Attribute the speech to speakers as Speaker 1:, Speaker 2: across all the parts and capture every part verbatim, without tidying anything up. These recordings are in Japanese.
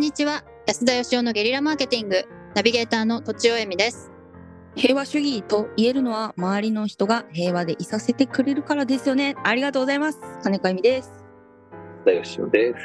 Speaker 1: にちは。安田義雄のゲリラマーケティングナビゲーターのとちおえみです。
Speaker 2: 平和主義と言えるのは周りの人が平和でいさせてくれるからですよね。ありがとうございます。金子由美です。
Speaker 3: 安田義雄です。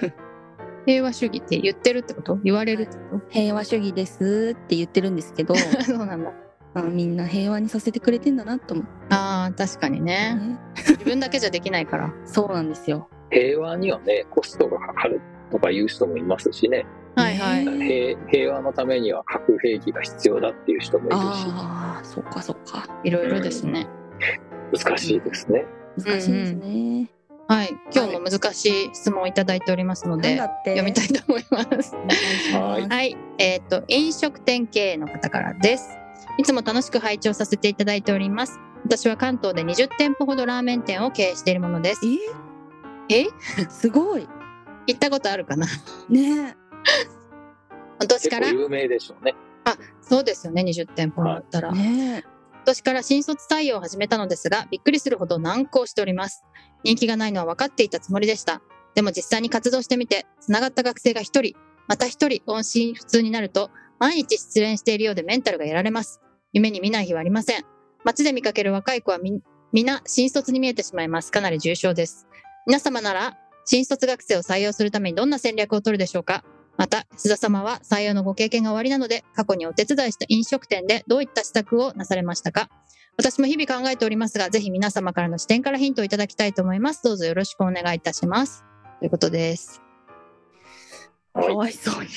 Speaker 1: 平和主義って言ってるってこと？言われるってこと？
Speaker 2: 平和主義ですって言ってるんですけど
Speaker 1: そうなんだ。
Speaker 2: あ、みんな平和にさせてくれてんだなと思って。
Speaker 1: あー確かにね、ね自分だけじゃできないから
Speaker 2: そうなんですよ。
Speaker 3: 平和にはねコストがかかるとか言う人もいますしね。
Speaker 1: はいはい、
Speaker 3: 平, 平和のためには核兵器が必要だっていう人もいるし、
Speaker 2: ああ、そっかそっか、
Speaker 1: いろいろですね、
Speaker 3: うん、難しいですね。
Speaker 2: 難しいですね、うんうん、
Speaker 1: はい、今日も難しい質問をいただいておりますので、読みたいと思いますはい、はい、えっ、ー、と飲食店経営の方からです。いつも楽しく拝聴させていただいております。私は関東でにじゅってんぽほどラーメン店を経営しているものです。
Speaker 2: ええすごい。
Speaker 1: 行ったことあるかな
Speaker 2: ねえ。
Speaker 1: 今年から
Speaker 3: 結構有名でしょうね。
Speaker 1: あ、そうですよね。にじゅってんぽだったら、はいね、今年から新卒採用を始めたのですが、びっくりするほど難航しております。人気がないのは分かっていたつもりでした。でも実際に活動してみて、つながった学生がひとりまたひとり音信不通になると、毎日失恋しているようでメンタルがやられます。夢に見ない日はありません。街で見かける若い子は み, みんな新卒に見えてしまいます。かなり重症です。皆様なら新卒学生を採用するためにどんな戦略を取るでしょうか。また安田様は採用のご経験がおありなので、過去にお手伝いした飲食店でどういった施策をなされましたか。私も日々考えておりますが、ぜひ皆様からの視点からヒントをいただきたいと思います。どうぞよろしくお願いいたします、ということです。
Speaker 2: かわいそうに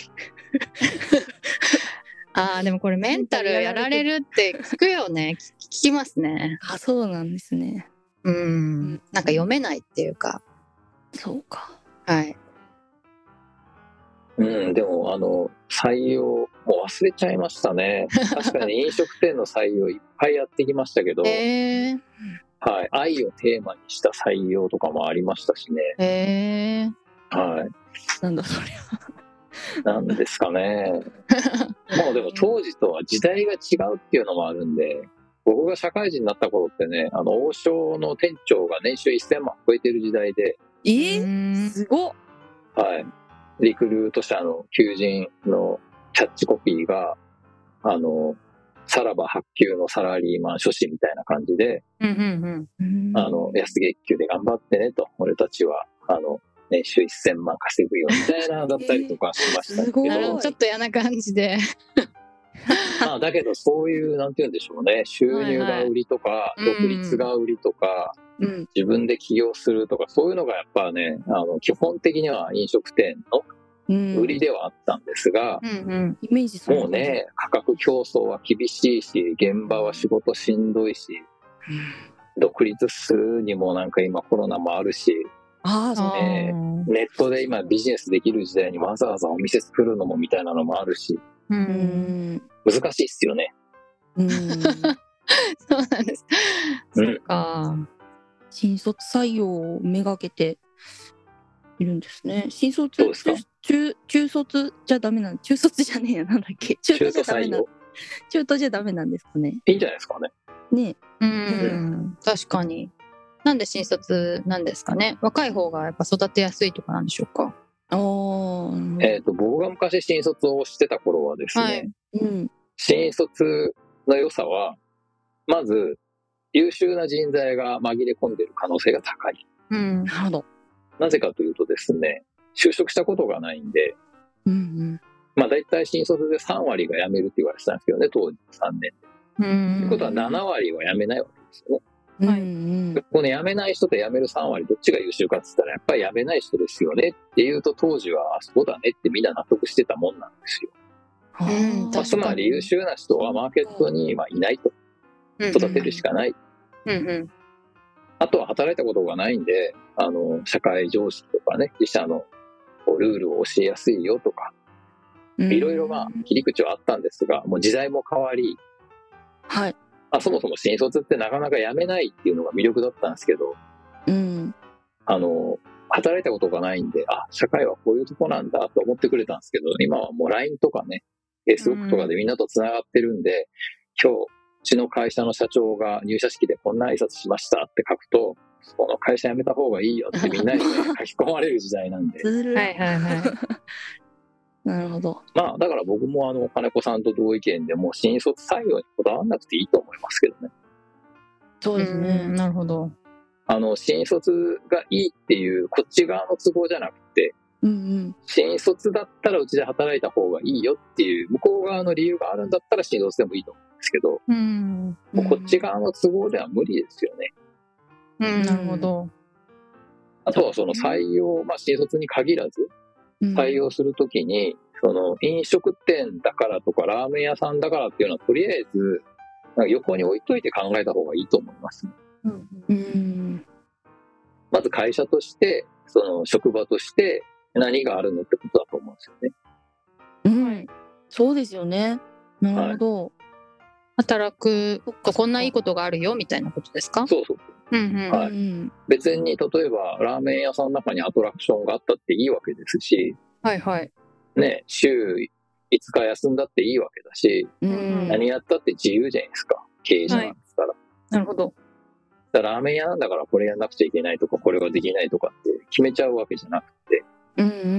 Speaker 1: あーでもこれメンタルやられるって聞くよね聞きますね。
Speaker 2: あ、そうなんですね。
Speaker 1: うん、なんか読めないっていうか。
Speaker 2: そうか。
Speaker 1: はい。
Speaker 3: うん、でもあの採用もう忘れちゃいましたね。確かに飲食店の採用いっぱいやってきましたけど、
Speaker 1: えー
Speaker 3: はい、愛をテーマにした採用とかもありましたしね。
Speaker 1: え
Speaker 3: ーはい、
Speaker 2: なんだそれ
Speaker 3: は。なんですかね。もうでも当時とは時代が違うっていうのもあるんで、僕が社会人になった頃ってね、あの王将の店長が年収せんまん超えてる時代で、
Speaker 2: えー、すごっ。
Speaker 3: はい。リクルート社の求人のキャッチコピーが、あの、さらば発給のサラリーマン諸子みたいな感じで、
Speaker 1: うんうんうん、
Speaker 3: あの、安月給で頑張ってねと、俺たちは、あの、年収せんまん稼ぐよみたいなだったりとかしましたけど、えー、
Speaker 1: ちょっと嫌な感じで
Speaker 3: まあだけどそういうなんて言うんでしょうね、収入が売りとか、はいはい、独立が売りとか、うん、自分で起業するとか、そういうのがやっぱね、あの基本的には飲食店の売りではあったんですが、うんうん、
Speaker 2: イメージ
Speaker 3: もうね、価格競争は厳しいし、現場は仕事しんどいし、うん、独立するにもなんか今コロナもあるし、
Speaker 2: あそう、
Speaker 3: えー、ネットで今ビジネスできる時代にわざわざお店作るのもみたいなのもあるし、うん、難しいっすよね。
Speaker 2: うん
Speaker 1: そうなんです。うん、そうか。
Speaker 2: 新卒採用をめがけているんですね。新卒中中卒じゃダメなん中卒じゃねえやなんだっけ中途じゃダメな中途じゃダメなんですかね。
Speaker 3: いいんじゃないですかね。
Speaker 2: ね
Speaker 1: うん、うん、確かに。なんで新卒なんですかね。若い方がやっぱ育てやすいとかなんでしょうか。
Speaker 2: お
Speaker 3: えーと、僕が昔新卒をしてた頃はですね、はいうん、新卒の良さはまず優秀な人材が紛れ込んでいる可能性が高い、
Speaker 1: うん、なるほど。
Speaker 3: なぜかというとですね、就職したことがないんで、うんうんまあ、だいたい新卒でさんわりが辞めるって言われてたんですけどね、当時さんねんで。ということはななわりは辞めないわけですよね。はい、うんうん、この辞めない人と辞めるさんわりどっちが優秀かって言ったらやっぱり辞めない人ですよねっていうと、当時はそうだねってみんな納得してたもんなんですよ。うんまあ、つまり優秀な人はマーケットにはいないと、育てるしかない、うんうん、あとは働いたことがないんで、あの社会常識とかね、自社のルールを教えやすいよとか、いろいろまあ切り口はあったんですが、もう時代も変わり、
Speaker 2: はい
Speaker 3: あそもそも新卒ってなかなか辞めないっていうのが魅力だったんですけど、うん、あの働いたことがないんで、あ社会はこういうとこなんだと思ってくれたんですけど、今はもう ライン とかね Facebook とかでみんなとつながってるんで、今日うちの会社の社長が入社式でこんな挨拶しましたって書くと、この会社辞めた方がいいよってみんなに、ね、書き込まれる時代なんで
Speaker 1: はいはいはい
Speaker 2: なるほど。
Speaker 3: まあだから僕もあの金子さんと同意見でもう新卒採用にこだわらなくていいと思いますけどね。
Speaker 2: そうですね。
Speaker 1: なるほど。
Speaker 3: あの新卒がいいっていうこっち側の都合じゃなくて、
Speaker 2: うんうん、
Speaker 3: 新卒だったらうちで働いた方がいいよっていう向こう側の理由があるんだったら新卒でもいいと思うんですけど、
Speaker 1: うん、
Speaker 3: もうこっち側の都合では無理ですよね。
Speaker 1: うん、なるほど。
Speaker 3: あとはその採用、まあ、新卒に限らず採用するときに、その飲食店だからとかラーメン屋さんだからっていうのはとりあえず横に置いといて考えた方がいいと思います、ね。
Speaker 2: うんうん、
Speaker 3: まず会社としてその職場として何があるのってことだと思うんですよね。
Speaker 2: うん、そうですよね。なるほど。はい、
Speaker 1: 働くとこんないいことがあるよみたいなことですか？
Speaker 3: そうそうそう。
Speaker 1: うんうん、
Speaker 3: はい、別に例えばラーメン屋さんの中にアトラクションがあったっていいわけですし、
Speaker 1: はいはい
Speaker 3: ね、週いつか休んだっていいわけだし、うん、何やったって自由じゃないですか、経営者なんですから。はい、
Speaker 1: なるほど。
Speaker 3: だからラーメン屋なんだからこれやんなくちゃいけないとかこれはできないとかって決めちゃうわけじゃなくて、
Speaker 2: うんうんうん、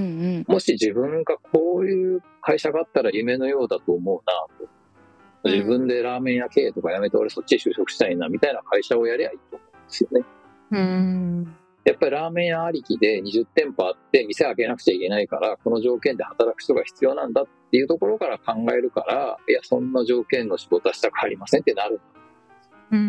Speaker 3: もし自分がこういう会社があったら夢のようだと思うなと、自分でラーメン屋経営とかやめて俺そっちへ就職したいなみたいな会社をやりゃいいと思うんですよね。
Speaker 1: うん、
Speaker 3: やっぱりラーメン屋ありきでにじゅってんぽあって店開けなくちゃいけないからこの条件で働く人が必要なんだっていうところから考えるから、いやそんな条件の仕事はしたくありませんってなる。
Speaker 1: うんうん、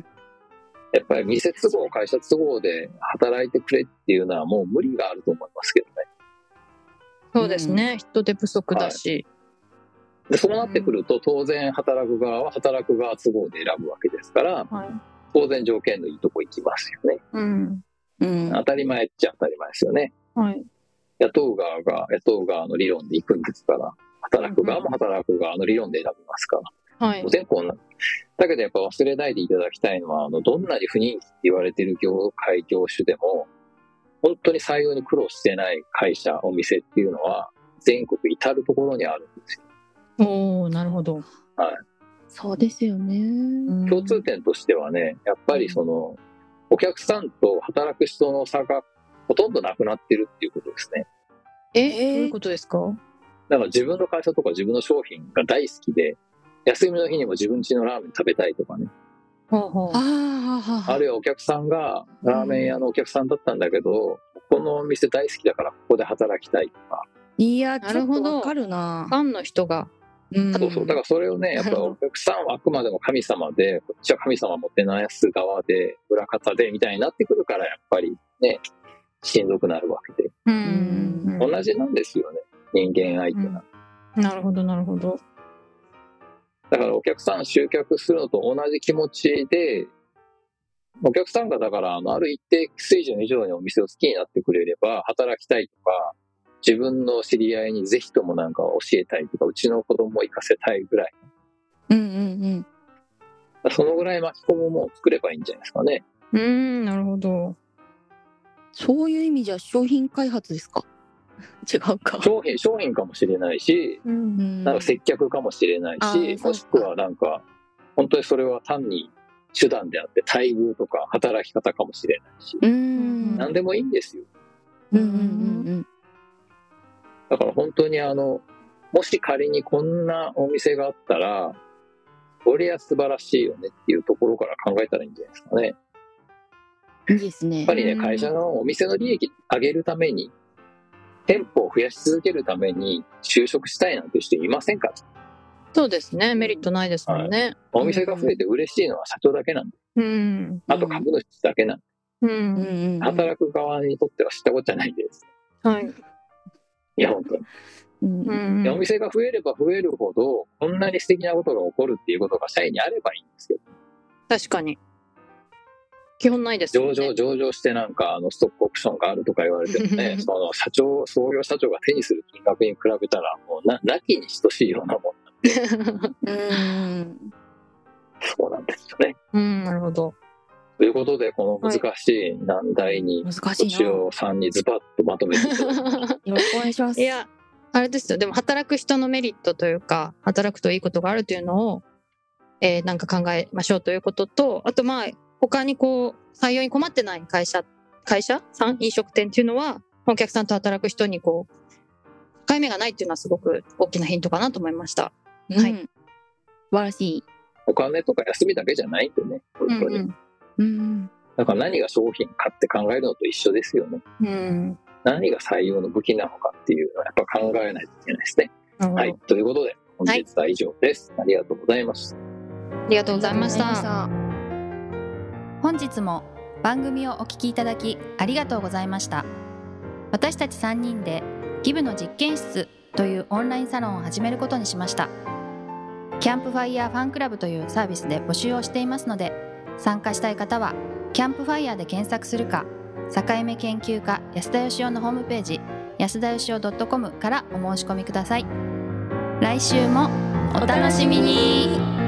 Speaker 3: やっぱり店都合会社都合で働いてくれっていうのはもう無理があると思いますけどね。
Speaker 1: そうですね、うん、人手不足だし、
Speaker 3: はい、でそうなってくると当然働く側は働く側都合で選ぶわけですから、はい、当然条件のいいとこ行きますよね。
Speaker 1: うんうん、
Speaker 3: 当たり前っちゃ当たり前ですよね。
Speaker 1: はい、
Speaker 3: 雇う側が雇う側の理論で行くんですから、働く側も働く側の理論で選びますから、はい、当然こうな。だけどやっぱ忘れないでいただきたいのは、あのどんなに不人気って言われている業界業種でも本当に採用に苦労してない会社お店っていうのは全国至るところにあるんですよ。
Speaker 1: おー、なるほど。
Speaker 3: はい、
Speaker 2: そうですよね。
Speaker 3: 共通点としてはね、やっぱりそのお客さんと働く人の差がほとんどなくなってるっていうことですね。
Speaker 1: えー、どういうことですか？
Speaker 3: だから自分の会社とか自分の商品が大好きで休みの日にも自分家のラーメン食べたいとかね、
Speaker 2: ほうほう、あ,
Speaker 3: あるいはお客さんがラーメン屋のお客さんだったんだけど、うん、このお店大好きだからここで働きたいとか。
Speaker 2: いや、ちょっとわかるな。
Speaker 1: ファンの人が、
Speaker 3: うん、そうそう、だからそれをね、やっぱお客さんはあくまでも神様で、こっちは神様もてなす側で裏方でみたいになってくるから、やっぱりねしんどくなるわけで、
Speaker 1: うん、
Speaker 3: 同じなんですよね、人間相手が、
Speaker 1: うん、なるほどなるほど。
Speaker 3: だからお客さん集客するのと同じ気持ちで、お客さんがだからあのある一定水準以上にお店を好きになってくれれば働きたいとか、自分の知り合いにぜひともなんか教えたいとか、うちの子供を行かせたいぐらい、
Speaker 2: うんうん
Speaker 3: うん、そのぐらい巻き込むものを作ればいいんじゃないですかね。
Speaker 1: うーん、なるほど。
Speaker 2: そういう意味じゃ商品開発ですか？違うか。
Speaker 3: 商品商品かもしれないし、うん、なんか接客かもしれないし、もしくはなんか本当にそれは単に手段であって待遇とか働き方かもしれないし、うん、何でもいいんですよ。
Speaker 2: うんうんうんうん、
Speaker 3: だから本当にあのもし仮にこんなお店があったらこれは素晴らしいよねっていうところから考えたらいいんじゃないですかね。
Speaker 2: いいですね。
Speaker 3: やっぱりね、会社のお店の利益上げるために、店舗を増やし続けるために就職したいなんて人いませんから。
Speaker 1: そうですね、メリットないですもんね。
Speaker 3: はい、お店が増えて嬉しいのは社長だけなんで、うん、あと株主だけなんで、うん、働く側にとっては知ったことじゃないんです。
Speaker 1: はい。
Speaker 3: いや本当に。うん、お店が増えれば増えるほどこんなに素敵なことが起こるっていうことが社員にあればいいんですけど。
Speaker 1: 確かに。基本ないですよね。
Speaker 3: 上場上場してなんかあのストックオプションがあるとか言われてもねその社長創業社長が手にする金額に比べたらもうななきに等しいようなもんなんでうんそうなんですよね。
Speaker 1: うんなるほど。
Speaker 3: ということでこの難しい難題に敏夫さんにズバッとまとめていただきました。
Speaker 2: よろしくお願いします。
Speaker 1: いやあれですよ、でも働く人のメリットというか働くといいことがあるというのを、えー、なんか考えましょうということと、あとまあ他にこう採用に困ってない会社会社さん飲食店っていうのはお客さんと働く人にこうい目がないっていうのはすごく大きなヒントかなと思いました。
Speaker 2: うん、はい。素晴らしい。
Speaker 3: お金とか休みだけじゃないんでね、本当に。うんうん、だから何が商品かって考えるのと一緒ですよね。うん、何が採用の武器なのかっていうのはやっぱ考えないといけないですね。はい。ということで、本日は以上です。はい、ありがとうございます。
Speaker 1: ありがとうございました。
Speaker 4: 本日も番組をお聞きいただきありがとうございました。私たちさんにんでギブの実験室というオンラインサロンを始めることにしました。キャンプファイヤーファンクラブというサービスで募集をしていますので、参加したい方はキャンプファイヤーで検索するか、境目研究家安田義雄のホームページ安田義雄 .com からお申し込みください。来週もお楽しみに。